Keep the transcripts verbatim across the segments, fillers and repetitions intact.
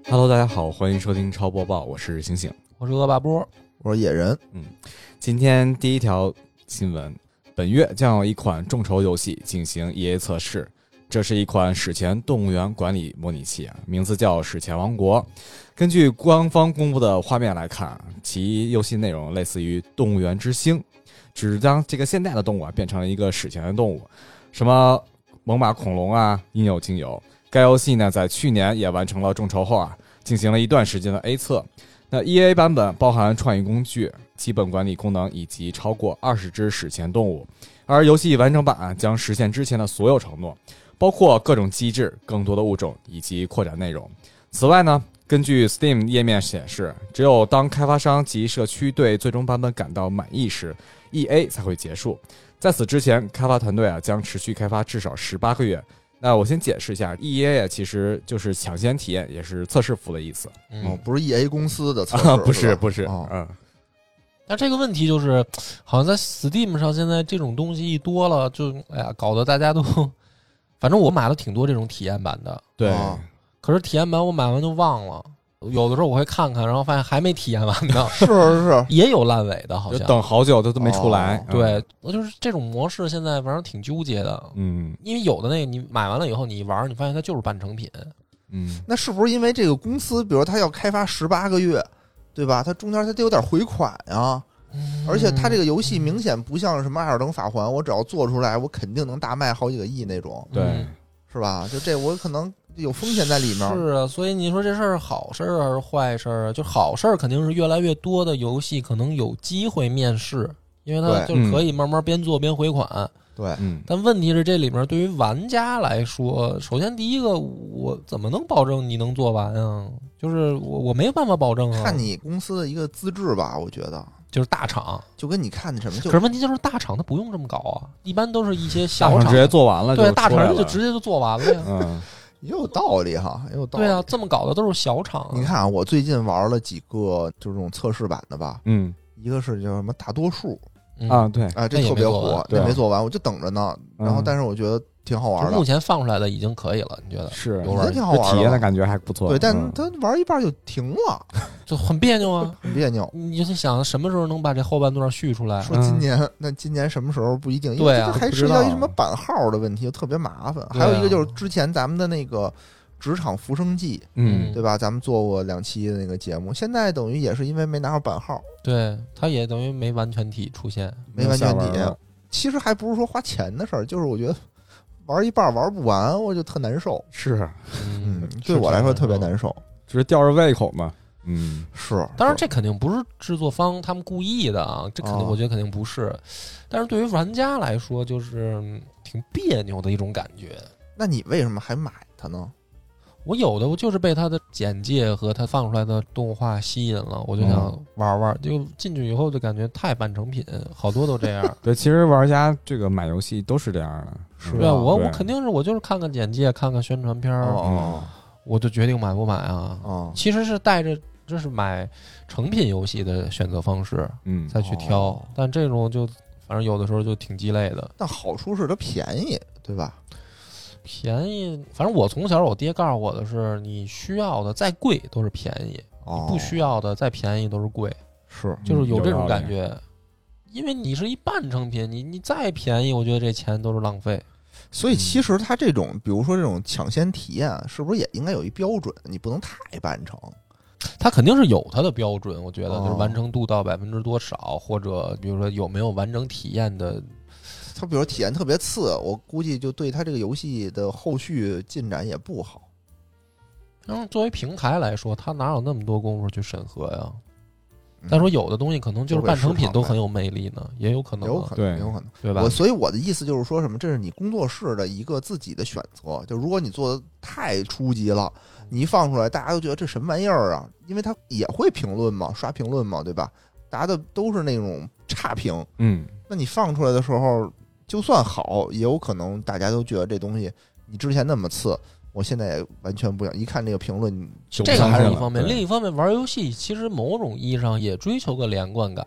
Hello， 大家好，欢迎收听超播报，我是星星， 我是恶霸波， 我是野人。 嗯，今天第一条新闻，本月将有一款众筹游戏进行 E A 测试，这是一款史前动物园管理模拟器啊，名字叫史前王国。根据官方公布的画面来看，其游戏内容类似于动物园之星，只将这个现代的动物啊变成了一个史前的动物，什么猛犸恐龙啊，应有尽有。该游戏呢，在去年也完成了众筹后啊，进行了一段时间的 A 测。那 E A 版本包含创意工具、基本管理功能以及超过二十只史前动物，而游戏完整版、啊、将实现之前的所有承诺，包括各种机制、更多的物种以及扩展内容。此外呢，根据 Steam 页面显示，只有当开发商及社区对最终版本感到满意时 ，E A 才会结束。在此之前，开发团队啊将持续开发至少十八个月。那我先解释一下 ，E A 其实就是抢先体验，也是测试服的意思。 嗯，哦、不是 E A 公司的测试， 啊、不是不是， 哦、 嗯。 那这个问题就是，好像在 Steam 上现在这种东西一多了，就哎呀，搞得大家都，反正我买了挺多这种体验版的。 对、 哦， 可是体验版我买完就忘了。有的时候我会看看，然后发现还没体验完呢。 是是， 也有烂尾的，好像就等好久都都没出来。 哦、 对，我、嗯、就是这种模式，现在反正挺纠结的。 嗯， 因为有的那个你买完了以后，你玩，你发现它就是半成品。 嗯， 那是不是因为这个公司，比如它要开发十八个月，对吧？它中间它得有点回款呀。嗯、而且它这个游戏明显不像什么《艾尔登法环》，我只要做出来，我肯定能大卖好几个亿那种。 对、 嗯， 是吧？就这我可能。有风险在里面。 是啊，所以你说这事儿好事儿还是坏事儿啊？就好事儿肯定是越来越多的游戏可能有机会面世，因为它就可以慢慢边做边回款。 对， 嗯。 但问题是这里面对于玩家来说，首先第一个，我怎么能保证你能做完啊？就是我我没办法保证啊。 看你公司的一个资质吧，我觉得。 就是大厂， 就跟你看的什么， 可是问题就是大厂它不用这么搞啊，一般都是一些小厂直接做完了就， 对，大厂就直接就做完了呀。 嗯。 也有道理哈，也有道理。 对啊，这么搞的都是小厂、啊。 你看啊，我最近玩了几个就是这种测试版的吧， 嗯， 一个是叫什么大多数、 嗯、 啊，对， 啊，这特别火， 这没做完，我就等着呢。然后，但是我觉得挺好玩的。 目前放出来的已经可以了，你觉得？ 是， 已经挺好玩的， 体验的感觉还不错。 对，但他玩一半就停了， 就很别扭啊， 很别扭。 你就想什么时候能把这后半段续出来？ 说今年，嗯、那今年什么时候不一定， 对啊， 因为还涉及到一什么版号的问题，就特别麻烦。还有一个就是之前咱们的那个。职场浮生记， 嗯， 对吧？咱们做过两期的那个节目，现在等于也是因为没拿到版号， 对，它也等于没完全体出现， 没完全体。其实还不是说花钱的事儿，就是我觉得玩一半玩不完，我就特难受。 是， 嗯，对我来说特别难受， 只是吊着胃口嘛。嗯， 是。 当然，这肯定不是制作方他们故意的啊，这肯定，我觉得肯定不是。哦、但是对于玩家来说，就是挺别扭的一种感觉。 那你为什么还买它呢？ 我有的我就是被它的简介和它放出来的动画吸引了，我就想玩玩，就进去以后就感觉太半成品，好多都这样。 对，其实玩家这个买游戏都是这样的， 是对啊，我我肯定是我就是看看简介，看看宣传片， 哦， 我就决定买不买啊。 哦， 其实是带着这是买成品游戏的选择方式， 嗯， 再去挑。 哦、 但这种就反正有的时候就挺鸡肋的。 但好处是它便宜，对吧？ 便宜，反正我从小我爹告诉我的是，你需要的再贵都是便宜， 哦、 你不需要的再便宜都是贵， 是， 就是有这种感觉。嗯、因为你是一半成品，你你再便宜，我觉得这钱都是浪费。 所以其实它这种，嗯、比如说这种抢先体验，是不是也应该有一标准？你不能太半成。 它肯定是有它的标准，我觉得就是完成度到百分之多少，哦、或者比如说有没有完整体验的。 他比如体验特别次，我估计就对他这个游戏的后续进展也不好。 嗯，作为平台来说，他哪有那么多功夫去审核呀？再说有的东西可能就是半成品都很有魅力呢，也有可能， 有可能，有可能， 对吧？ 我所以我的意思就是说什么，这是你工作室的一个自己的选择。就如果你做的太初级了，你一放出来，大家都觉得这什么玩意儿啊？因为他也会评论嘛，刷评论嘛，对吧？大家的都是那种差评， 嗯， 那你放出来的时候。就算好，也有可能大家都觉得这东西你之前那么次，我现在也完全不一样。一看这个评论， 这个还是一方面，另一方面玩游戏其实某种意义上也追求个连贯感。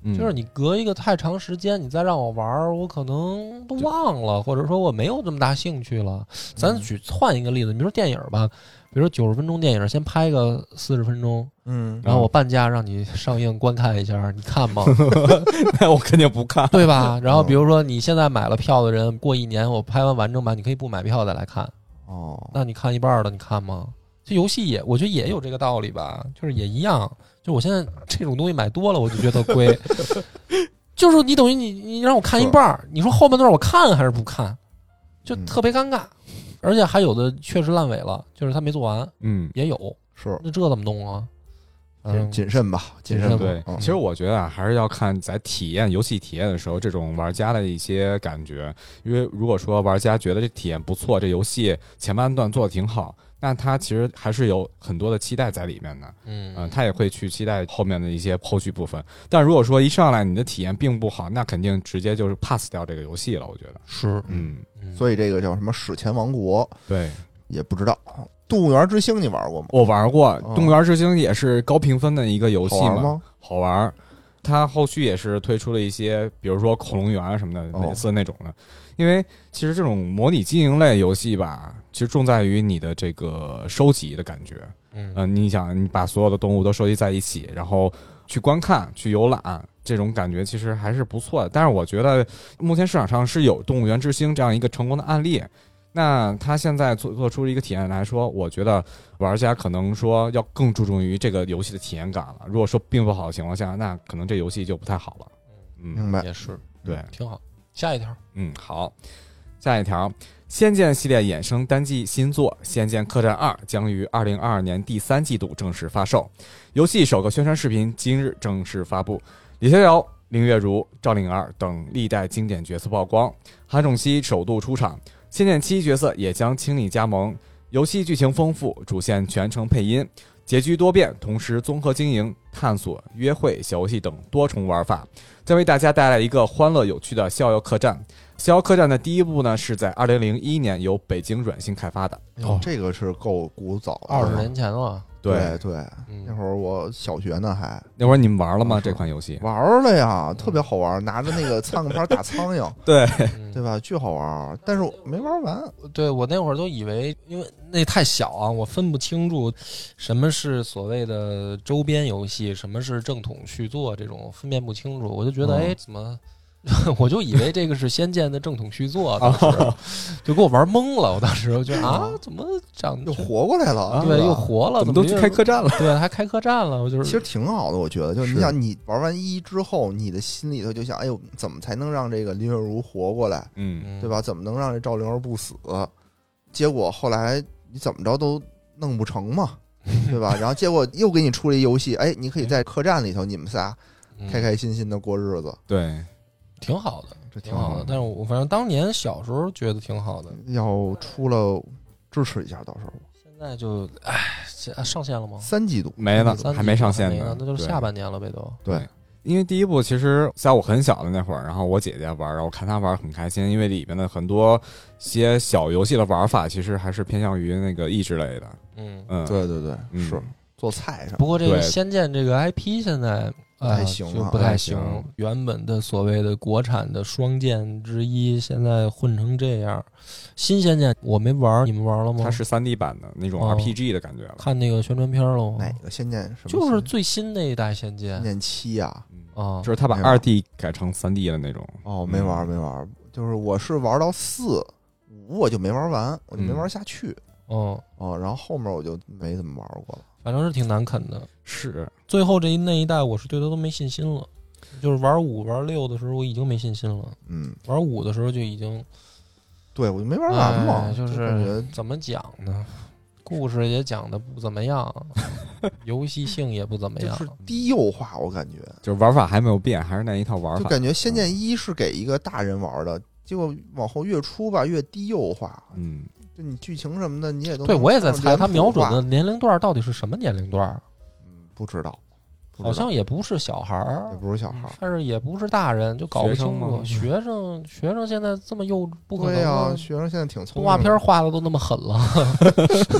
嗯、 就是你隔一个太长时间，你再让我玩，我可能都忘了，或者说我没有这么大兴趣了。咱举换一个例子，比如说电影吧，比如说九十分钟电影，先拍个四十分钟， 嗯， 然后我半价让你上映观看一下，你看吗？ 那我肯定不看， 对吧？然后比如说你现在买了票的人，过一年我拍完完整版，你可以不买票再来看。 哦， 那你看一半的，你看吗？这游戏也，我觉得也有这个道理吧，就是也一样。就我现在这种东西买多了，我就觉得亏。就是你等于你你让我看一半，你说后半段我看还是不看，就特别尴尬。嗯、而且还有的确实烂尾了，就是他没做完， 嗯， 也有。 是， 那这怎么弄啊？ 嗯，谨慎吧，谨慎吧。 对， 嗯、 其实我觉得啊，还是要看在体验游戏体验的时候，这种玩家的一些感觉。因为如果说玩家觉得这体验不错，这游戏前半段做的挺好。那他其实还是有很多的期待在里面的，嗯、呃，他也会去期待后面的一些后续部分。但如果说一上来你的体验并不好，那肯定直接就是 pass 掉这个游戏了。我觉得是， 嗯， 所以这个叫什么史前王国， 对， 也不知道。动物园之星你玩过吗？ 我玩过，动物园之星也是高评分的一个游戏嘛， 好玩吗？ 好玩。它后续也是推出了一些，比如说恐龙园啊什么的，类似那种的。因为其实这种模拟经营类游戏吧，其实重在于你的这个收集的感觉。嗯、呃，你想你把所有的动物都收集在一起，然后去观看、去游览，这种感觉其实还是不错的。但是我觉得目前市场上是有动物园之星这样一个成功的案例。那他现在做做出一个体验来说，我觉得玩家可能说要更注重于这个游戏的体验感了。如果说并不好的情况下，那可能这游戏就不太好了。嗯， 明白， 也是， 对， 挺好。下一条， 嗯，好，下一条，《仙剑》系列衍生单机新作《仙剑客栈二》将于二零二二年第三季度正式发售。游戏首个宣传视频今日正式发布，李逍遥、林月如、赵灵儿等历代经典角色曝光，韩仲熙首度出场。仙剑七角色也将倾力加盟，游戏剧情丰富，主线全程配音，结局多变，同时综合经营、探索、约会、小游戏等多重玩法，将为大家带来一个欢乐有趣的逍遥客栈。逍遥客栈的第一部呢，是在二零零一年由北京软星开发的。 哦，这个是够古早的， 二十年前了。 对对，那会儿我小学呢，还那会儿你们玩了吗？这款游戏玩了呀，特别好玩，拿着那个苍蝇拍打苍蝇， 对对吧？巨好玩，但是我没玩完。 对，我那会儿都以为，因为那太小啊，我分不清楚什么是所谓的周边游戏，什么是正统续作，这种分辨不清楚，我就觉得，哎、嗯，怎么？我就以为这个是《仙剑》的正统续作，当时就给我玩懵了。我当时我觉得啊，怎么长又活过来了？ 对，又活了， 怎么都去开客栈了？ 对，还开客栈了。我就是其实挺好的，我觉得。就是你想，你玩完一之后，你的心里头就想，哎呦，怎么才能让这个林月如活过来？嗯，对吧？怎么能让这赵灵儿不死？结果后来你怎么着都弄不成嘛，对吧？然后结果又给你出了一游戏，哎，你可以在客栈里头，你们仨开开心心的过日子。 对。 挺好的， 这挺好的， 但是我反正当年小时候觉得挺好的。 要出了支持一下，到时候。 现在就哎，上线了吗？ 三季度没呢，还没上线呢， 那就是下半年了呗都。 对， 因为第一部其实在我很小的那会儿，然后我姐姐玩，然后我看她玩很开心，因为里面的很多些小游戏的玩法其实还是偏向于那个益智类的。 嗯嗯， 对对对， 嗯、 是做菜上。 不过这个《仙剑》这个 I P 现在。 不太行、啊， 就不太行。原本的所谓的国产的双剑之一，现在混成这样。新仙剑我没玩，你们玩了吗？ 它是 三 D 版的那种 R P G 的感觉了。 哦、看那个宣传片了吗？ 哪个仙剑？什么就是最新那一代仙剑。 仙剑七呀， 啊， 就是他把 二 D 改成 三 D 的那种。 哦，没玩没玩，就是我是玩到四五我就没玩完，我就没玩下去。 哦、 嗯、哦，然后后面我就没怎么玩过了。 反正是挺难啃的， 是最后这一那一代，我是对他都没信心了。就是玩五、玩六的时候，我已经没信心了。 嗯， 玩五的时候就已经， 对我就没玩完嘛。 哎、就是怎么讲呢？故事也讲的不怎么样，游戏性也不怎么样， 就是低幼化，我感觉就是玩法还没有变，还是那一套玩法。 就感觉《仙剑一》是给一个大人玩的，结果往后越出吧越低幼化。 嗯。 就你剧情什么的，你也都对我也在猜他瞄准的年龄段到底是什么年龄段？ 嗯，不知道，不知道好像也不是小孩儿， 也不是小孩儿， 但是也不是大人，就搞不清楚。学生学生现在这么幼稚，不可能。 对呀、啊，学生现在挺聪明的。 动画片画的都那么狠了，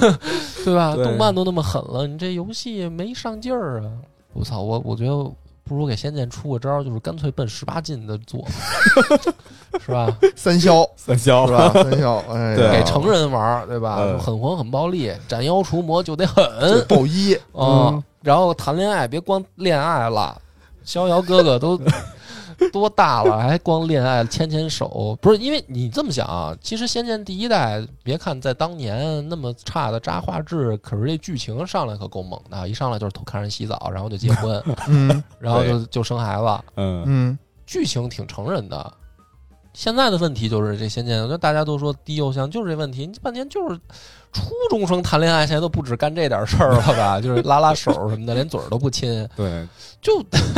对吧？对动漫都那么狠了，你这游戏没上劲儿啊！我操，我我觉得不不如给仙剑出个招，就是干脆奔十八禁的做，是吧？ 三消三消是吧？三消，哎， 对给成人玩，对吧？ 嗯、 很黄很暴力，斩妖除魔就得狠， 暴一啊、嗯。然后谈恋爱别光恋爱了，逍遥哥哥都多大了，还光恋爱牵牵手？不是因为你这么想啊？其实《仙剑》第一代，别看在当年那么差的渣画质，可是这剧情上来可够猛的，一上来就是偷看人洗澡，然后就结婚， 嗯， 然后就就生孩子， 嗯嗯， 剧情挺成人的。现在的问题就是这《仙剑》，我觉得大家都说低幼向，就是这问题。你半天就是初中生谈恋爱，现在都不止干这点事儿了吧？就是拉拉手什么的，连嘴儿都不亲， 对， 就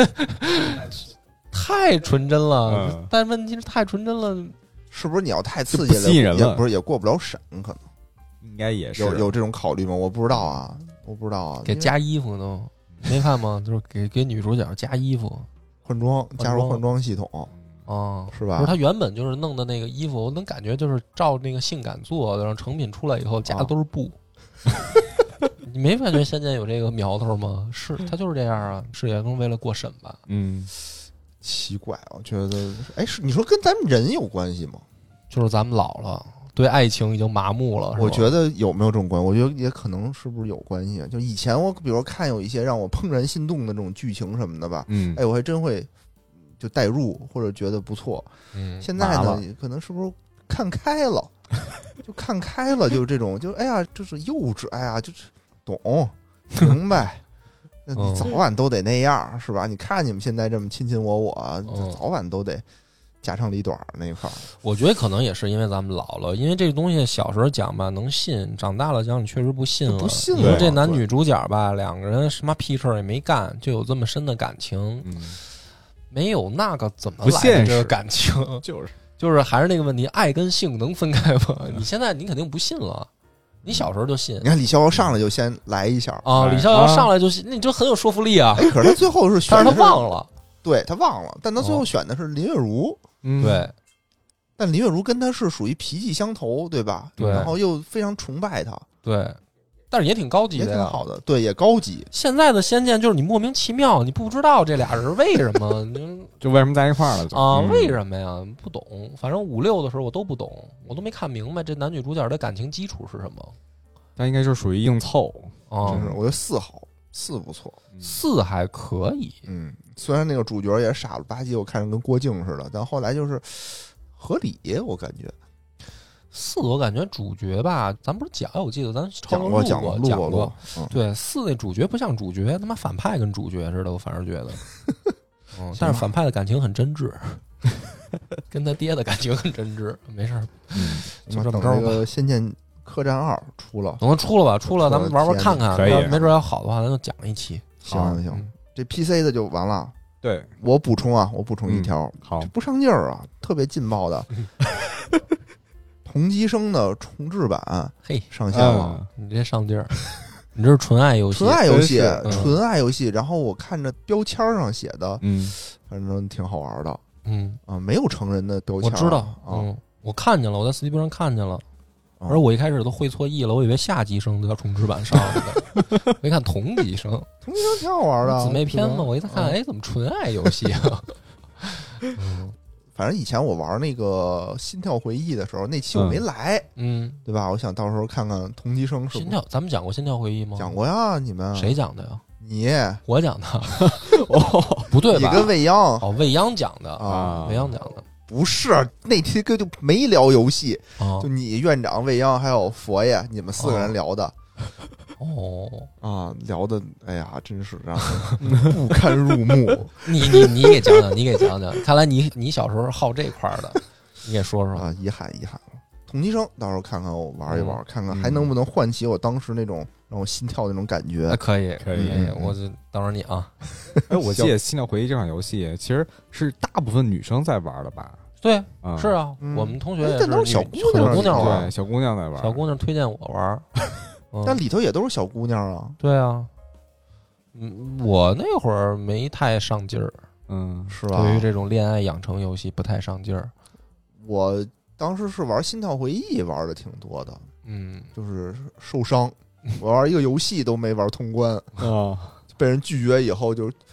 太纯真了。 嗯、 但问题是太纯真了， 是不是你要太刺激了， 吸引人了， 也不是也过不了审，可能应该也是有有这种考虑吗？我不知道啊，我不知道啊。 给加衣服都没看吗？就是给给女主角加衣服、 换装，加入换装系统。 哦， 是吧？ 不是，他原本就是弄的那个衣服，我能感觉就是照那个性感做的，然后成品出来以后加的都是布。哦、你没感觉《仙剑》有这个苗头吗？是，他就是这样啊，是也能为了过审吧？ 嗯， 奇怪，我觉得，哎，是你说跟咱们人有关系吗？ 就是咱们老了，对爱情已经麻木了。 我觉得有没有这种关系？我觉得也可能是不是有关系啊？就以前我比如看有一些让我怦然心动的这种剧情什么的吧， 嗯， 哎，我还真会。就代入或者觉得不错， 嗯， 现在呢，可能是不是看开了，就看开了，就这种，就哎呀，就是幼稚，哎呀，就是懂明白，那你早晚都得那样，是吧？你看你们现在这么卿卿我我， 嗯、 早晚都得家长里短那一块儿。 我觉得可能也是因为咱们老了，因为这个东西小时候讲吧能信，长大了讲你确实不信了。 不信了。 你说这男女主角吧，两个人什么屁事儿也没干，就有这么深的感情。 嗯。 没有那个怎么来的这个感情？ 就是就是还是那个问题，爱跟性能分开吗？你现在你肯定不信了，你小时候就信。 你看李逍遥上来就先来一下啊，李逍遥上来就信，那你就很有说服力啊。 哎，可是他最后是选， 但是他忘了， 对他忘了，但他最后选的是林月如， 嗯， 对。 但林月如跟他是属于脾气相投，对吧？ 对， 然后又非常崇拜他， 对。但是也挺高级的呀， 也挺好的，对，也高级。 现在的仙剑就是你莫名其妙，你不知道这俩人为什么， 就为什么在一块儿了啊？ 嗯、 为什么呀？不懂。反正五六的时候我都不懂，我都没看明白这男女主角的感情基础是什么。 但应该就是属于硬凑啊。 真是，我觉得四好，四不错， 四还可以。 嗯，虽然那个主角也傻了吧唧，我看着跟郭靖似的，但后来就是合理，我感觉。 四我感觉主角吧，咱不是讲，我记得咱讲过讲过讲过， 过嗯、 对，四那主角不像主角，他妈反派跟主角似的，我反而觉得，嗯，但是反派的感情很真挚，跟他爹的感情很真挚，没事儿， 嗯， 就这么着吧。 等这个《仙剑客栈二》出了， 等它出了吧，出了咱们玩玩看看， 可以， 没准要好的话，咱就讲一期。 行行，嗯、这 P C 的就完了。 对， 我补充啊，我补充一条， 嗯、好， 不上劲儿啊，特别劲爆的。同级生的重置版， 嘿， 上线了。 嗯、你这上劲儿，你这是纯爱游戏， 纯爱游戏， 嗯、 纯爱游戏。然后我看着标签上写的， 嗯， 反正挺好玩的， 嗯啊，没有成人的标签， 我知道， 啊、 嗯，我看见了，我在 Steam 上看见了。而我一开始都会错意了，我以为下级生都要重置版上了呢，我一看同级生， 同级生挺好玩的， 姊妹篇嘛，我一看，哎，怎么纯爱游戏啊？ 嗯，反正以前我玩那个《心跳回忆》的时候，那期我没来， 嗯， 对吧？我想到时候看看同级生是心跳，咱们讲过《心跳回忆》吗？ 讲过呀，你们谁讲的呀？ 你， 我讲的，哦，不对吧？ 你跟未央， 哦，未央讲的啊， 未央讲的。 不是那天哥就没聊游戏， 哦、 就你院长未央还有佛爷，你们四个人聊的。 哦啊，聊的哎呀，真是让人不堪入目。 你你你给讲讲，你给讲讲。看来你你小时候好这块的，你给说说啊。遗憾遗憾，同级生到时候看看我玩一玩， 嗯、 看看还能不能唤起我当时那种让我心跳那种感觉。 啊、可以可以， 嗯、我就等着你啊。 哎，我记得《心跳回忆》这款游戏其实是大部分女生在玩的吧？ 对， 嗯、 是啊， 嗯、 我们同学也是，都是小姑娘， 小姑娘玩， 对，小姑娘在玩， 小姑娘推荐我玩， 嗯、但里头也都是小姑娘啊。 对啊，嗯，我那会儿没太上劲儿， 嗯， 是吧？ 对于这种恋爱养成游戏不太上劲儿。 我当时是玩《心跳回忆》玩的挺多的， 嗯， 就是受伤，我玩一个游戏都没玩通关啊， 被人拒绝以后就。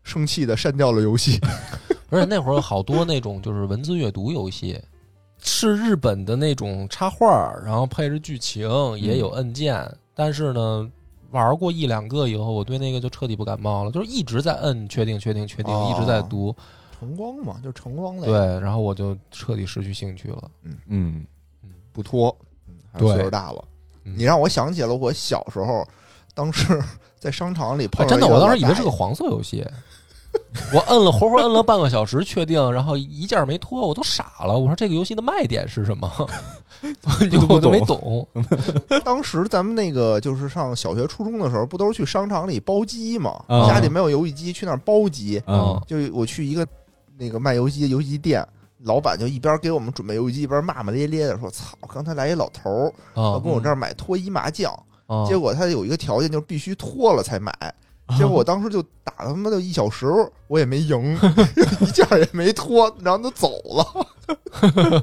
生气的删掉了游戏。 而且那会儿有好多那种就是文字阅读游戏，是日本的那种插画，然后配着剧情，也有按键，嗯、但是呢。玩过一两个以后，我对那个就彻底不感冒了，就是一直在摁确定确定确定，哦、一直在读橙光嘛，就橙光类。 对，然后我就彻底失去兴趣了。 嗯嗯嗯，不拖，嗯，还是岁数大了。你让我想起了我小时候，当时在商场里碰、 哎、真的，我当时以为是个黄色游戏。我摁了活活摁了半个小时，确定，然后一件没脱，我都傻了。我说这个游戏的卖点是什么？我都没懂。 当时咱们那个就是上小学、初中的时候，不都是去商场里包机嘛？ 嗯、 家里没有游戏机，去那儿包机。 嗯， 就我去一个那个卖游戏游戏店，老板就一边给我们准备游戏机，一边骂骂咧咧的说：“操，刚才来一老头儿，要跟我这儿买脱衣麻将。 嗯” 结果他有一个条件，就是必须脱了才买。结果我当时就打了他妈的一小时，我也没赢，一件也没脱，然后就走了。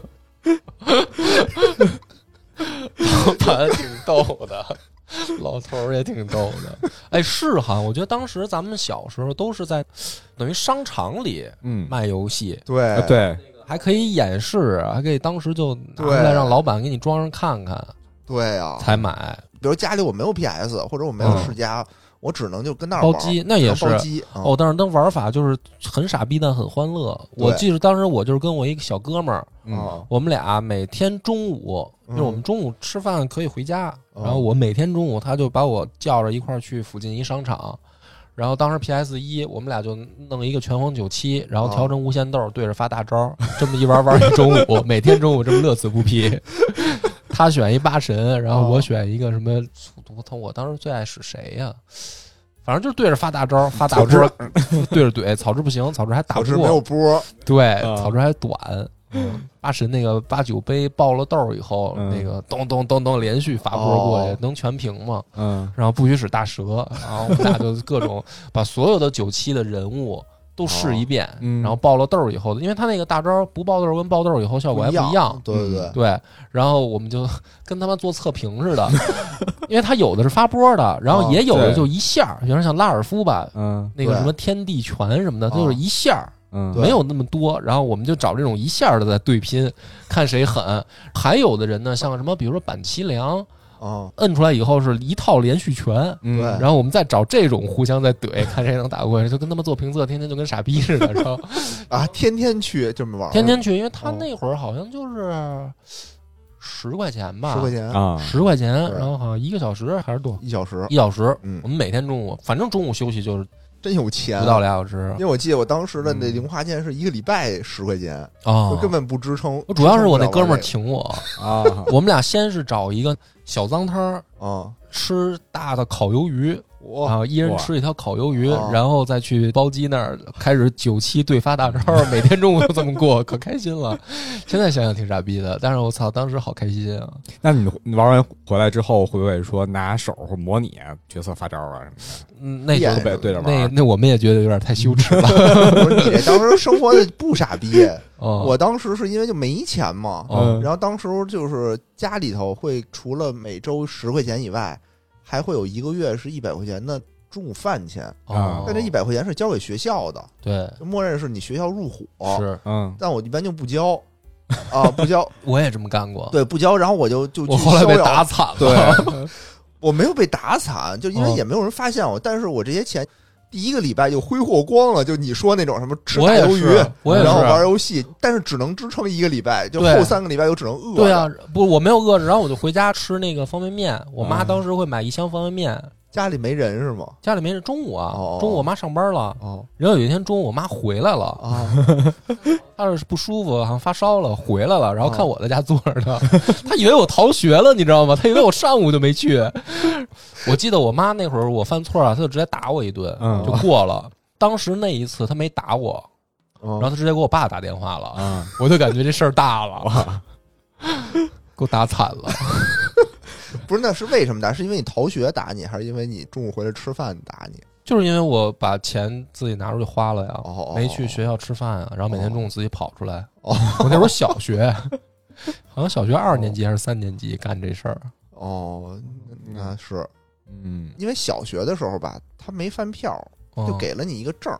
老板挺逗的，老头也挺逗的。哎，是哈，我觉得当时咱们小时候都是在等于商场里卖游戏， 嗯、对对， 还可以演示，还可以当时就拿出来让老板给你装上看看， 对啊， 才买。 比如家里我没有 P S 或者我没有世嘉。嗯，我只能就跟那儿包机，那也是包机、嗯、 哦。但是那玩法就是很傻逼，但很欢乐。我记得当时我就是跟我一个小哥们儿， 嗯， 我们俩每天中午，就是我们中午吃饭可以回家， 嗯、 然后我每天中午他就把我叫着一块儿去附近一商场，然后当时 P S 一，我们俩就弄一个拳皇九七，然后调成无限豆，对着发大招，嗯、这么一玩玩一中午，每天中午这么乐此不疲。他选一八神，然后我选一个什么？我操！我当时最爱使谁呀？反正就是对着发大招，发大波，对着怼。草之不行，草之还打不过， 草之没有波。 对，嗯、草之还短。嗯，八神那个八九杯爆了豆以后，嗯、那个咚咚咚咚连续发波过去，哦、能全屏嘛？ 嗯， 然后不许使大蛇，然后我们俩就各种把所有的九七的人物。都试一遍，哦嗯、然后爆了豆以后，因为他那个大招不爆豆跟爆豆以后效果还不一样， 对对对对。然后我们就跟他们做测评似的，因为他有的是发波的，然后也有的就一下，有点像拉尔夫吧， 嗯， 那个什么天地拳什么的，他就是一下。 嗯， 没有那么多，然后我们就找这种一下的在对拼，看谁狠。还有的人呢，像什么，比如说板崎良。 哦， 摁出来以后是一套连续拳， 对、嗯， 然后我们再找这种互相在怼，看谁能打过去，就跟他们做评测，天天就跟傻逼似的，然后啊，天天去这么玩， 天天去，因为他那会儿好像就是十块钱吧， 十块钱啊， 十块钱，然后好像一个小时还是多， 一小时， 一小时， 嗯， 我们每天中午，反正中午休息就是真有钱， 不到俩小时， 因为我记得我当时的那零花钱是一个礼拜十块钱啊， 就根本不支撑。 我主要是我那哥们儿请我啊， 我们俩先是找一个小脏摊儿啊， 吃大的烤鱿鱼。 然后一人吃一条烤鱿鱼，然后再去包机那儿开始九七对发大招，每天中午就这么过，可开心了。现在想想挺傻逼的，但是我操，当时好开心啊！ 那你你玩完回来之后，会不会说拿手或模拟角色发招啊什么的？ 嗯，那就被对着玩， 那那我们也觉得有点太羞耻了。 不是你这当时生活的不傻逼， 哦、 我当时是因为就没钱嘛， 嗯、 然后当时就是家里头会除了每周十块钱以外。还会有一个月是一百块钱的中午饭钱啊， 但这一百块钱是交给学校的， 对， 就默认是你学校入伙， 是， 嗯，但我一般就不交，啊，不交， 我也这么干过， 对，不交，然后我就就我后来被打惨了， 对，我没有被打惨，就因为也没有人发现我，但是我这些钱。第一个礼拜就挥霍光了，就你说那种什么吃大鱿鱼，然后玩游戏，但是只能支撑一个礼拜，就后三个礼拜又只能饿。 对啊，不，我没有饿着，然后我就回家吃那个方便面。我妈当时会买一箱方便面。 家里没人是吗？ 家里没人，中午啊， 哦、 中午我妈上班了。 哦， 然后有一天中午我妈回来了啊， 她是不舒服，好像发烧了，回来了，然后看我在家坐着呢，她以为我逃学了，你知道吗？她以为我上午就没去。我记得我妈那会儿我犯错啊，她就直接打我一顿， 嗯、 就过了。当时那一次她没打我， 嗯、 然后她直接给我爸打电话了，嗯、我就感觉这事儿大了，给我打惨了。 不是，那是为什么打？是因为你逃学打你，还是因为你中午回来吃饭打你？ 就是因为我把钱自己拿出去花了呀， 哦、 没去学校吃饭啊，然后每天中午自己跑出来。 哦、 我那会儿小学，好像小学二年级还是三年级干这事儿。 哦，那是， 嗯， 因为小学的时候吧，他没饭票，就给了你一个证，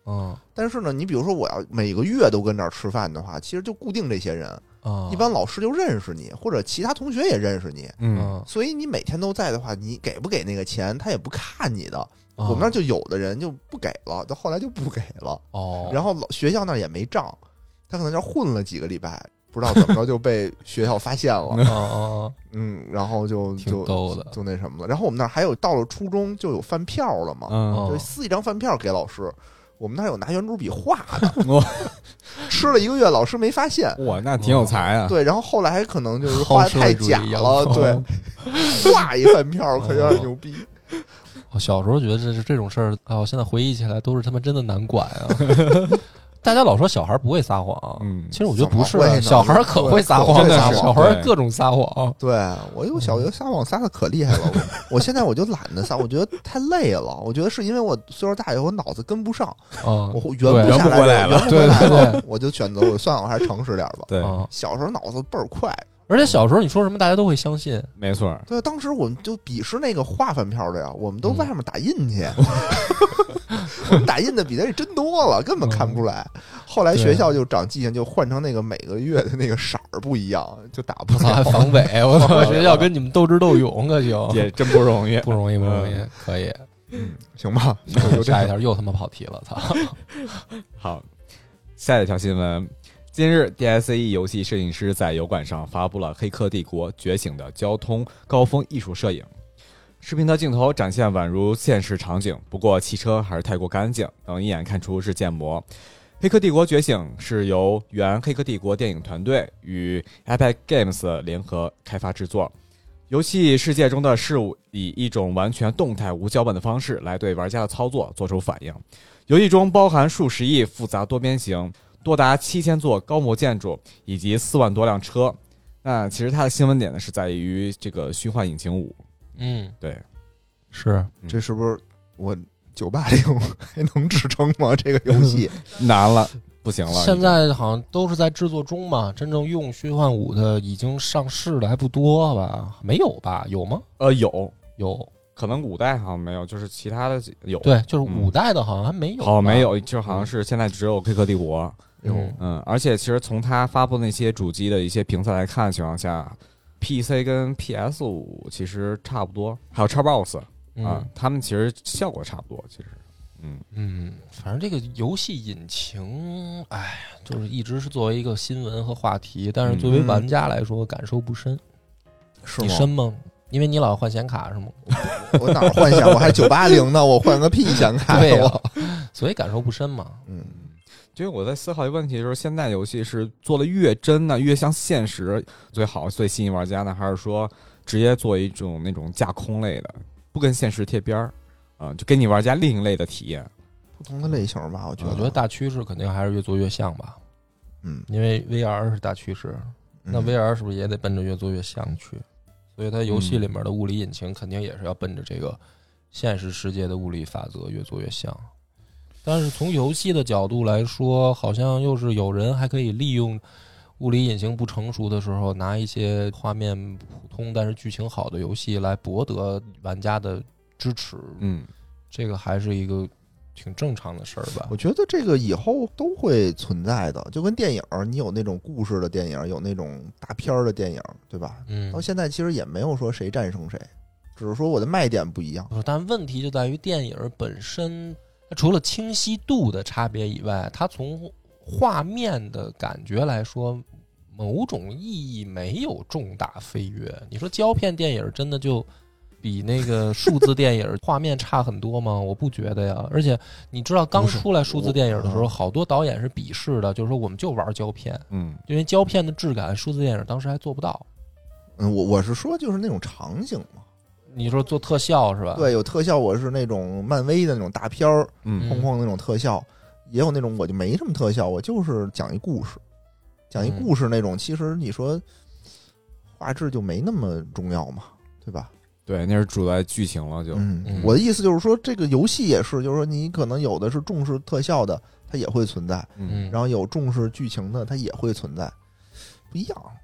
嗯， 但是呢，你比如说我要每个月都跟这儿吃饭的话，其实就固定这些人， 啊， 一般老师就认识你，或者其他同学也认识你， 嗯， 所以你每天都在的话，你给不给那个钱，他也不看你的。 啊我们那儿就有的人就不给了，到后来就不给了。 哦， 然后老学校那儿也没账，他可能这混了几个礼拜，不知道怎么着就被学校发现了。 哦哦， 嗯，然后就挺就逗的就那什么了。然后我们那儿还有到了初中就有饭票了嘛， 嗯， 就撕一张饭票给老师。我们那儿有拿圆珠笔画的， 我吃了一个月，老师没发现。 哇，那挺有才啊。 对，然后后来可能就是画的太假了， 好社会主义对阳， 画一饭票可有点牛逼。 我小时候觉得这这种事儿啊，我现在回忆起来都是他妈真的难管啊。大家老说小孩不会撒谎， 嗯其实我觉得不是啊， 怎么会呢小孩可会撒谎的， 真的是小孩各种撒谎。 对我有小学撒谎撒的可厉害了，我我现在我就懒得撒，我觉得太累了。我觉得是因为我岁数大以后，我脑子跟不上， 嗯， 我圆不下圆不回来了圆不回来对对了，我就选择我算了，我还是诚实点吧。 对， 嗯小时候脑子倍儿快， 而且小时候你说什么大家都会相信。 没错。 对，当时我们就鄙视那个画饭票的呀，我们都外面打印去，我们打印的比那真多了，根本看不出来。后来学校就长记性，就换成那个每个月的那个色儿不一样，就打不我操，还了。 防伪！我操，学校跟你们斗智斗勇可行？ 也真不容易， 不容易，不容易，可以。 嗯，行吧，就这样。 下一条又他妈跑题了，操！ 好，下一条新闻。近日 ，D S E 游戏摄影师在油管上发布了《黑客帝国：觉醒》的交通高峰艺术摄影。视频的镜头展现宛如现实场景，不过汽车还是太过干净，能一眼看出是建模。《黑客帝国：觉醒》是由原《黑客帝国》电影团队与 Epic Games 联合开发制作。游戏世界中的事物以一种完全动态无脚本的方式来对玩家的操作做出反应。游戏中包含数十亿复杂多边形、多达七千座高模建筑以及四万多辆车。那其实它的新闻点呢是在于这个虚幻引擎五。 嗯， 对， 是这是不是我九八零还能支撑吗？这个游戏难了，不行了。 现在好像都是在制作中嘛，真正用虚幻五的已经上市的还不多吧？没有吧？有吗？ 呃有， 有， 可能五代好像没有，就是其他的有。 对，就是五代的好像还没有， 好像没有，就好像是现在只有《黑客帝国》。 有， 嗯，而且其实从它发布那些主机的一些评测来看的情况下，P C 跟 P S 五其实差不多，还有 Xbox 啊， 嗯他们其实效果差不多。其实，嗯嗯，反正这个游戏引擎，哎，就是一直是作为一个新闻和话题，但是作为玩家来说，感受不深。 是吗？ 你深吗？因为你老换显卡是吗？ 我哪儿幻想？我还九八零呢，我换个屁显卡对呀、 我所以感受不深嘛。 嗯， 因为我在思考一个问题，就是现在游戏是做的越真呢，越像现实最好，最吸引玩家呢，还是说直接做一种那种架空类的，不跟现实贴边儿啊、就给你玩家另一类的体验？ 不同的类型吧，我觉得。 我觉得大趋势肯定还是越做越像吧， 嗯， 因为 V R 是大趋势，那嗯 V R 是不是也得奔着越做越像去？所以它游戏里面的物理引擎肯定也是要奔着这个现实世界的物理法则越做越像。但是从游戏的角度来说，好像又是有人还可以利用物理引擎不成熟的时候，拿一些画面普通但是剧情好的游戏来博得玩家的支持。 嗯， 这个还是一个挺正常的事儿吧。 我觉得这个以后都会存在的，就跟电影，你有那种故事的电影，有那种大片儿的电影，对吧？ 嗯到，现在其实也没有说谁战胜谁，只是说我的卖点不一样。 但问题就在于电影本身，它除了清晰度的差别以外，它从画面的感觉来说，某种意义没有重大飞跃。你说胶片电影真的就比那个数字电影画面差很多吗？我不觉得呀。而且你知道，刚出来数字电影的时候，好多导演是鄙视的，就是说我们就玩胶片， 嗯， 因为胶片的质感，数字电影当时还做不到。 嗯，我我是说就是那种场景嘛， 你说做特效是吧？ 对，有特效，我是那种漫威的那种大片儿， 嗯哐哐那种特效，也有那种我就没什么特效，我就是讲一故事，讲一故事那种，其实你说画质就没那么重要嘛，对吧？ 对，那是主在剧情了就， 嗯嗯， 我的意思就是说，这个游戏也是，就是说你可能有的是重视特效的，它也会存在， 嗯然后有重视剧情的，它也会存在，不一样。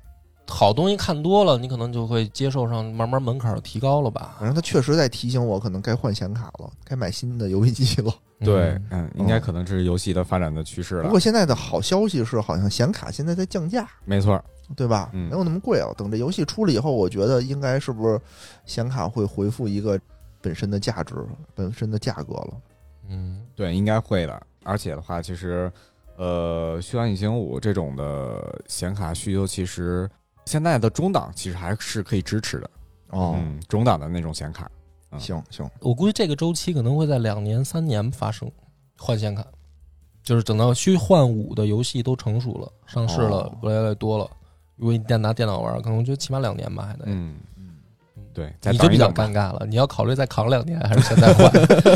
好东西看多了，你可能就会接受上，慢慢门槛提高了吧。 反正他确实在提醒我，可能该换显卡了，该买新的游戏机了。 对，嗯，应该可能是游戏的发展的趋势了。 不过现在的好消息是，好像显卡现在在降价， 没错， 对吧？ 嗯， 没有那么贵了。等这游戏出了以后，我觉得应该是不是显卡会恢复一个本身的价值、本身的价格了？ 嗯， 对，应该会的。而且的话，其实，呃，虚幻引擎五这种的显卡需求，其实现在的中档其实还是可以支持的。 哦， 嗯，中档的那种显卡。嗯、 行行， 我估计这个周期可能会在两年、三年发生换显卡，就是等到虚幻五的游戏都成熟了、上市了，越来越多了。如果你电拿电脑玩，可能我觉得起码两年吧，还得。 嗯嗯，对， 你就比较尴尬了。你要考虑再扛两年，还是现在换？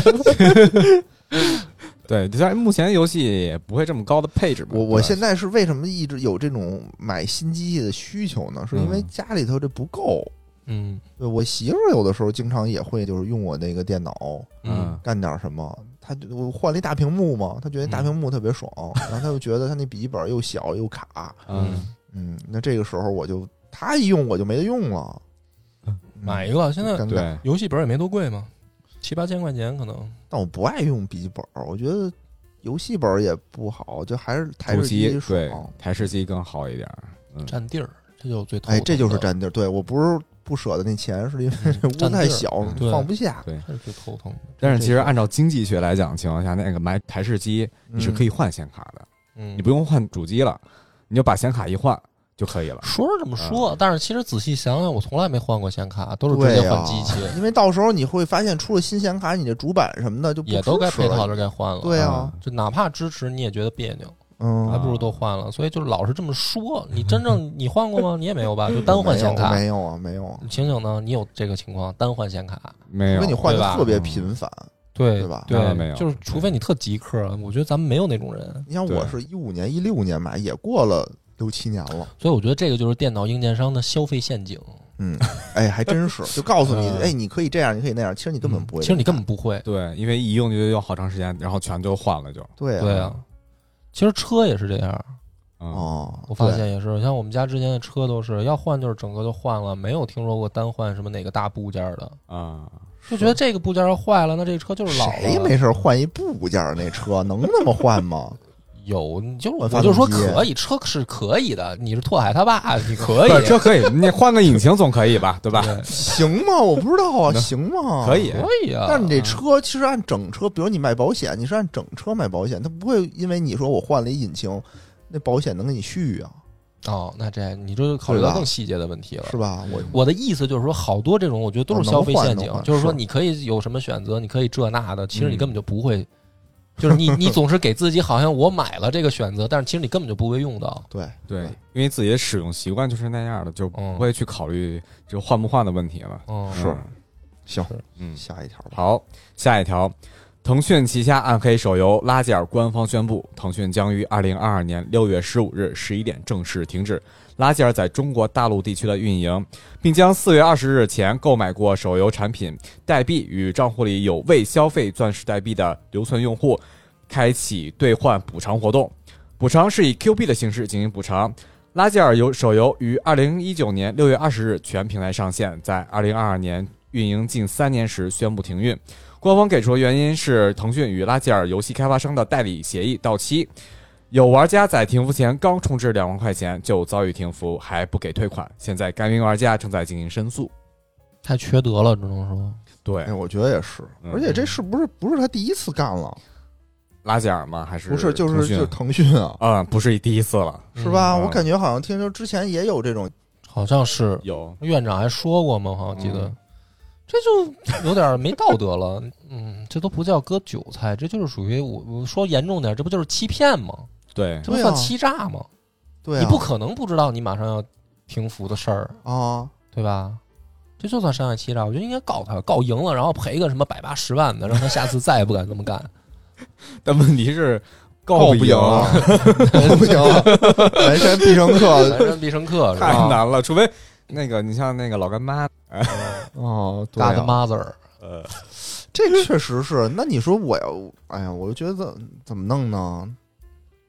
对，虽然目前游戏也不会这么高的配置嘛。 我我现在是为什么一直有这种买新机器的需求呢？是因为家里头这不够。 嗯， 对，我媳妇儿有的时候经常也会就是用我那个电脑， 嗯， 干点什么。她我换了一大屏幕嘛，她觉得大屏幕特别爽，嗯、然后她就觉得她那笔记本又小又卡。 嗯嗯，那这个时候我就她一用我就没得用了。 买一个，现在对游戏本也没多贵嘛，七八千块钱可能。 但我不爱用笔记本，我觉得游戏本也不好，就还是台式机爽。 对，台式机更好一点，嗯、 占地儿，这就最头疼。 哎，这就是占地儿。对我不是不舍得那钱，是因为这屋太小，放不下。 对， 这是最头疼的。 但是其实按照经济学来讲情况下，那个买台式机你是可以换显卡的， 嗯， 你不用换主机了，你就把显卡一换就可以了。 说是这么说，嗯、但是其实仔细想想，我从来没换过显卡，都是直接换机器。 啊、因为到时候你会发现，出了新显卡，你这主板什么的就不也都该配套的该换了。 对啊、 嗯，就哪怕支持你也觉得别扭。 嗯， 还不如都换了，所以就是老是这么说。你真正你换过吗？你也没有吧？就单换显卡， 没有啊，没有啊。 晴晴呢？你有这个情况，单换显卡没有？ 因为你换的特别频繁， 对对吧？ 对， 没有， 就是除非你特极客，我觉得咱们没有那种人。 你想，我是一五年、一六年买，也过了六七年了， 所以我觉得这个就是电脑硬件商的消费陷阱。 嗯，哎，还真是，就告诉你，哎，你可以这样，你可以那样，其实你根本不会， 其实你根本不会， 对，因为一用就用好长时间，然后全就换了，就对对啊。其实车也是这样， 哦， 我发现也是，像我们家之前的车都是要换，就是整个就换了，没有听说过单换什么哪个大部件的啊， 就觉得这个部件要坏了，那这车就是老了。 谁没事换一部件那车能那么换吗？ 有，你就我就说可以，车是可以的。你是拓海他爸，你可以， 车可以，你换个引擎总可以吧，对吧？ 对行吗？我不知道啊，行吗？ 可以， 可以啊。 但是你这车其实按整车，比如你卖保险，你是按整车卖保险，它不会因为你说我换了一引擎，那保险能给你续啊。 哦，那这你就考虑到更细节的问题了， 是吧？我我的意思就是说，好多这种我觉得都是消费陷阱，就是说是你可以有什么选择，你可以这那的，其实你根本就不会。就是你，你总是给自己好像我买了这个选择，但是其实你根本就不会用到。 对对，因为自己的使用习惯就是那样的，就不会去考虑这个换不换的问题了。 嗯， 是，行， 嗯， 下一条吧。 好，下一条，腾讯旗下暗黑手游拉吉尔官方宣布，腾讯将于二零二二年六月十五日十一点正式停止拉吉尔在中国大陆地区的运营，并将四月二十日前购买过手游产品代币与账户里有未消费钻石代币的留存用户开启兑换补偿活动，补偿是以 Q 币的形式进行补偿。拉吉尔游手游于二零一九年六月二十日全平台上线，在二零二二年运营近三年时宣布停运。官方给出的原因是腾讯与拉吉尔游戏开发商的代理协议到期，有玩家在停服前刚充值两万块钱就遭遇停服，还不给退款。现在该名玩家正在进行申诉， 太缺德了，只能说。 对， 哎，我觉得也是，而且这是不是不是他第一次干了？ 拉吉尔吗？还是不是？就是就是腾讯啊， 啊、嗯，不是第一次了， 是吧？ 嗯、 我感觉好像听说之前也有这种， 好像是有院长还说过嘛，我好像记得。嗯，这就有点没道德了，嗯，这都不叫割韭菜，这就是属于我我说严重点，这不就是欺骗吗？ 对， 这不算欺诈吗？ 对、啊， 你不可能不知道你马上要停服的事儿啊， 对吧？这就算伤害欺诈，我觉得应该告他，告赢了，然后赔个什么百八十万的，让他下次再也不敢这么干。 但问题是告不赢啊，告不赢，南山必胜客， 南山必胜客太难了，除非。那个，你像那个老干妈， 哦 ，God Mother， 呃， 这个确实是。那你说我要，哎呀，我就觉得怎么弄呢？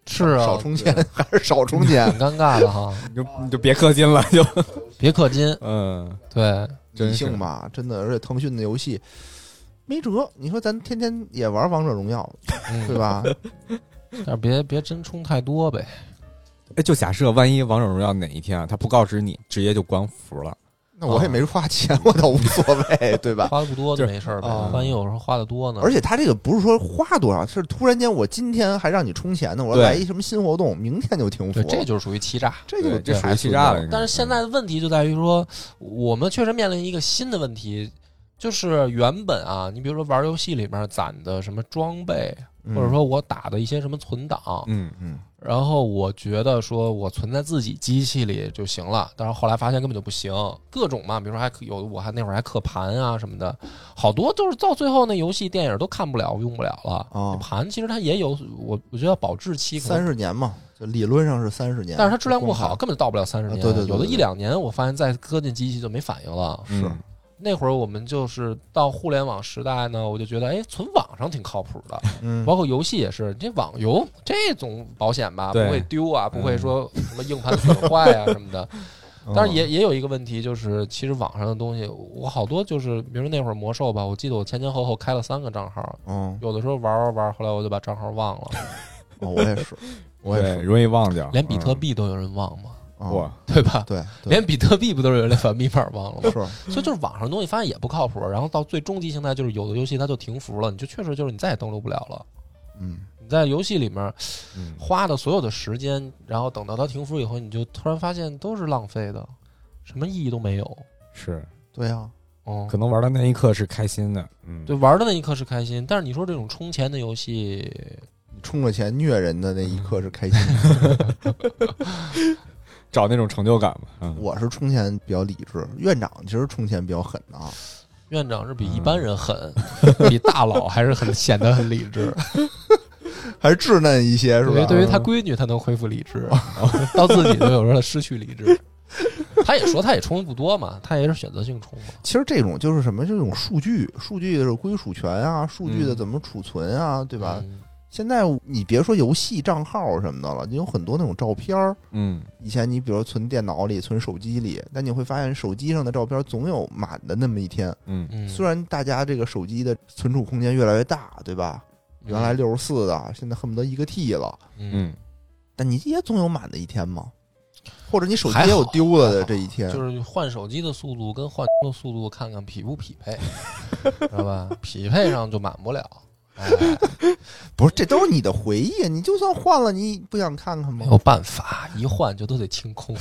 是啊， 少充钱还是少充钱， 很尴尬的哈。 你就你就别氪金了，就别氪金， 嗯， 对， 理性吧，真的，而且腾讯的游戏没辙。你说咱天天也玩王者荣耀， 嗯、 对吧？ 但是别别真充太多呗。 哎，就假设万一王者荣耀哪一天啊，他不告知你，直接就关服了， 那我也没花钱，我倒无所谓，对吧？ 花的不多就没事儿呗， 啊、 万一有时候花的多呢？ 而且他这个不是说花多少，是突然间我今天还让你充钱呢，我要来一什么新活动，明天就停服， 这就是属于欺诈， 这就这属于欺诈了。 但是现在的问题就在于说，我们确实面临一个新的问题，就是原本啊，你比如说玩游戏里面攒的什么装备， 嗯、 或者说我打的一些什么存档， 嗯嗯。 然后我觉得说我存在自己机器里就行了，但是后来发现根本就不行，各种嘛，比如说还有我还那会儿还刻盘啊什么的，好多就是到最后那游戏电影都看不了用不了了。 哦、 盘其实它也有我我觉得保质期三十年嘛，就理论上是三十年， 但是它质量不好，根本到不了三十年、 啊。对对 对, 对， 有的一两年我发现再搁进机器就没反应了。 是。 嗯那会儿我们就是到互联网时代呢，我就觉得哎，存网上挺靠谱的， 嗯， 包括游戏也是，这网游这种保险吧，不会丢啊，不会说什么硬盘损坏啊什么的。但是也也有一个问题，就是其实网上的东西，我好多就是，比如那会儿魔兽吧，我记得我前前后后开了三个账号， 嗯， 有的时候玩玩玩，后来我就把账号忘了。 哦，我也是，我也是容易忘掉， 连比特币都有人忘吗？ 哇、 嗯，对吧？ 对，对连比特币不都是有人把密码忘了吗？ 是， 所以就是网上东西发现也不靠谱，然后到最终极形态就是有的游戏它就停服了，你就确实就是你再也登录不了了。 嗯， 你在游戏里面花的所有的时间，然后等到它停服以后，你就突然发现都是浪费的，什么意义都没有。 是， 对啊， 哦、嗯， 可能玩的那一刻是开心的，嗯， 对，玩的那一刻是开心，但是你说这种充钱的游戏， 你充了钱虐人的那一刻是开心的。 找那种成就感嘛。嗯， 我是充钱比较理智，院长其实充钱比较狠的啊。 院长是比一般人狠，嗯、比大佬还是很显得很理智， 还是稚嫩一些，是吧？ 对于他闺女，他能恢复理智，到自己就有时候失去理智。他也说他也充的不多嘛，他也是选择性充嘛。 其实这种就是什么，这种数据，数据的归属权啊，数据的怎么储存啊，嗯、对吧？嗯，现在你别说游戏账号什么的了，你有很多那种照片，嗯，以前你比如存电脑里、存手机里，但你会发现手机上的照片总有满的那么一天，嗯，虽然大家这个手机的存储空间越来越大，对吧？原来六十四的，现在恨不得一个 T 了，嗯，但你也总有满的一天嘛，或者你手机也有丢了的这一天， 就是换手机的速度跟换的速度看看匹不匹配，知道吧？匹配上就满不了。哎， 不是，这都是你的回忆，你就算换了，你不想看看吗？ 没有办法，一换就都得清空。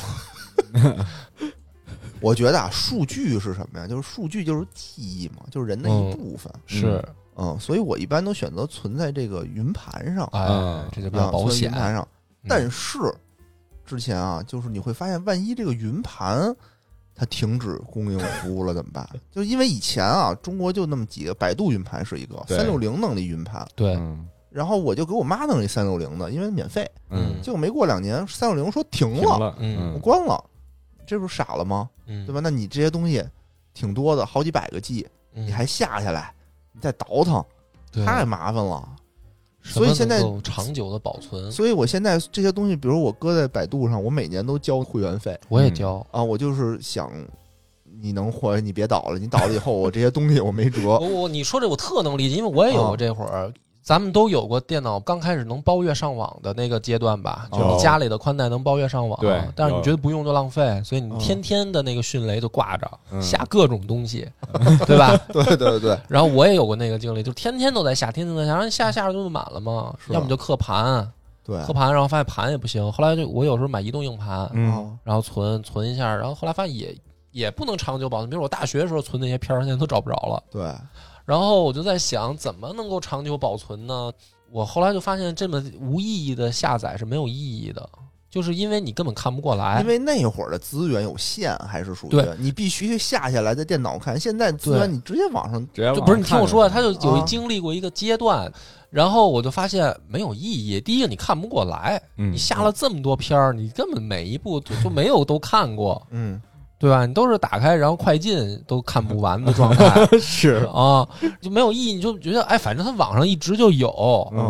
我觉得啊，数据是什么呀？就是数据就是记忆嘛，就是人的一部分。 嗯、是， 嗯，所以我一般都选择存在这个云盘上， 哎，这就比较保险。 云盘上，但是之前啊，就是你会发现，万一这个云盘它停止供应服务了怎么办？就因为以前啊，中国就那么几个，百度云盘是一个，三六零弄的云盘， 对。 然后我就给我妈弄一三六零的，因为免费。 嗯， 结果没过两年，三六零说停了， 停了嗯， 我关了，这不是傻了吗？ 嗯， 对吧？那你这些东西挺多的，好几百个 G，、嗯、你还下下来，你再倒腾，太麻烦了。所以现在长久的保存， 所以我现在这些东西，比如我搁在百度上，我每年都交会员费， 我也交、 嗯、啊。我就是想，你能活，你别倒了，你倒了以后，我这些东西我没辙。 我你说这我特能理解，因为我也有过这会儿。啊，咱们都有过电脑刚开始能包月上网的那个阶段吧，就是你家里的宽带能包月上网， 对， 但是你觉得不用就浪费，所以你天天的那个迅雷就挂着，下各种东西，对吧？ 对对对。 然后我也有过那个经历，就天天都在下，天天都在下，然后下下着就满了嘛，要么就刻盘， 对， 刻盘，然后发现盘也不行，后来就我有时候买移动硬盘， 嗯， 然后存存一下，然后后来发现也也不能长久保存，比如我大学的时候存那些片儿，现在都找不着了， 对。 然后我就在想，怎么能够长久保存呢？我后来就发现，这么无意义的下载是没有意义的，就是因为你根本看不过来。 因为那会儿的资源有限，还是属于你必须下下来在电脑看。现在资源你直接网上， 就不是你听我说，他就有经历过一个阶段，啊、然后我就发现没有意义。第一个，你看不过来， 嗯、 你下了这么多片儿，你根本每一部就就没有都看过， 嗯。 对吧？你都是打开然后快进都看不完的状态， 是啊，就没有意义。你就觉得哎，反正它网上一直就有， 嗯，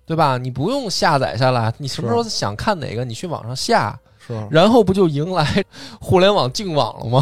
对吧？你不用下载下来，你什么时候想看哪个，你去网上下， 是， 然后不就迎来互联网净网了吗？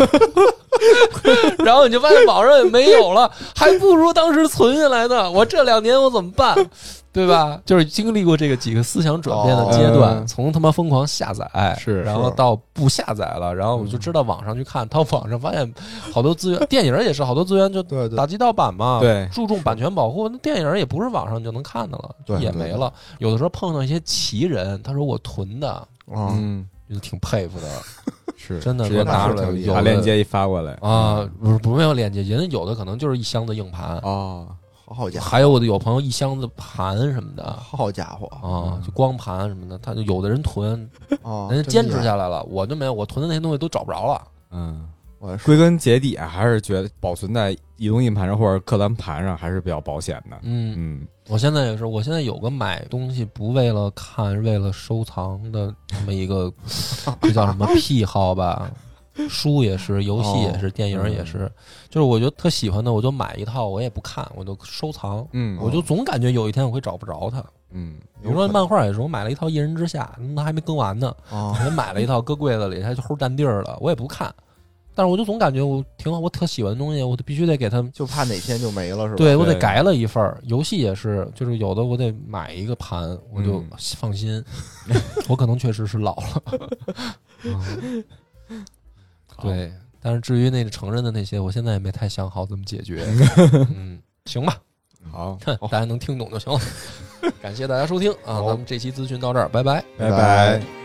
然后你就发现网上也没有了，还不如当时存下来呢。我这两年我怎么办？对吧？就是经历过这个几个思想转变的阶段， 哦、 从他妈疯狂下载， 是， 然后到不下载了，然后我就知道网上去看，到网上发现好多资源，电影也是好多资源就打击盗版嘛， 对， 注重版权保护，那电影也不是网上就能看的了， 对， 也没了。有的时候碰到一些奇人，他说我囤的， 嗯， 就挺佩服的。 是真的， 直接拿出来， 把链接一发过来啊，不是不没有链接，人有的可能就是一箱子硬盘哦， 好家伙， 还有我的有朋友一箱子盘什么的， 好家伙啊，就光盘什么的，他就有的人囤， 哦， 人家坚持下来了，我就没有，我囤的那些东西都找不着了。 嗯，我归根结底还是觉得保存在移动硬盘上或者客单盘上还是比较保险的。 嗯嗯， 我现在也是，我现在有个买东西不为了看，为了收藏的这么一个，这叫什么癖好吧？书也是，游戏也是，电影也是，就是我觉得特喜欢的，我就买一套，我也不看，我就收藏。 嗯， 我就总感觉有一天我会找不着它。 嗯， 比如说漫画也是，我买了一套《一人之下》，那还没更完呢。 哦， 我买了一套，搁柜子里，它就齁占地儿了，我也不看。但是我就总感觉我挺好，我特喜欢的东西，我必须得给它， 就怕哪天就没了，是吧？ 对，我得改了一份儿。游戏也是，就是有的我得买一个盘，我就放心。嗯、我可能确实是老了。嗯、对。但是至于那个承认的那些，我现在也没太想好怎么解决。嗯，行吧， 好， 大家能听懂就行了。感谢大家收听啊，咱们这期咨询到这儿，拜拜， 拜拜。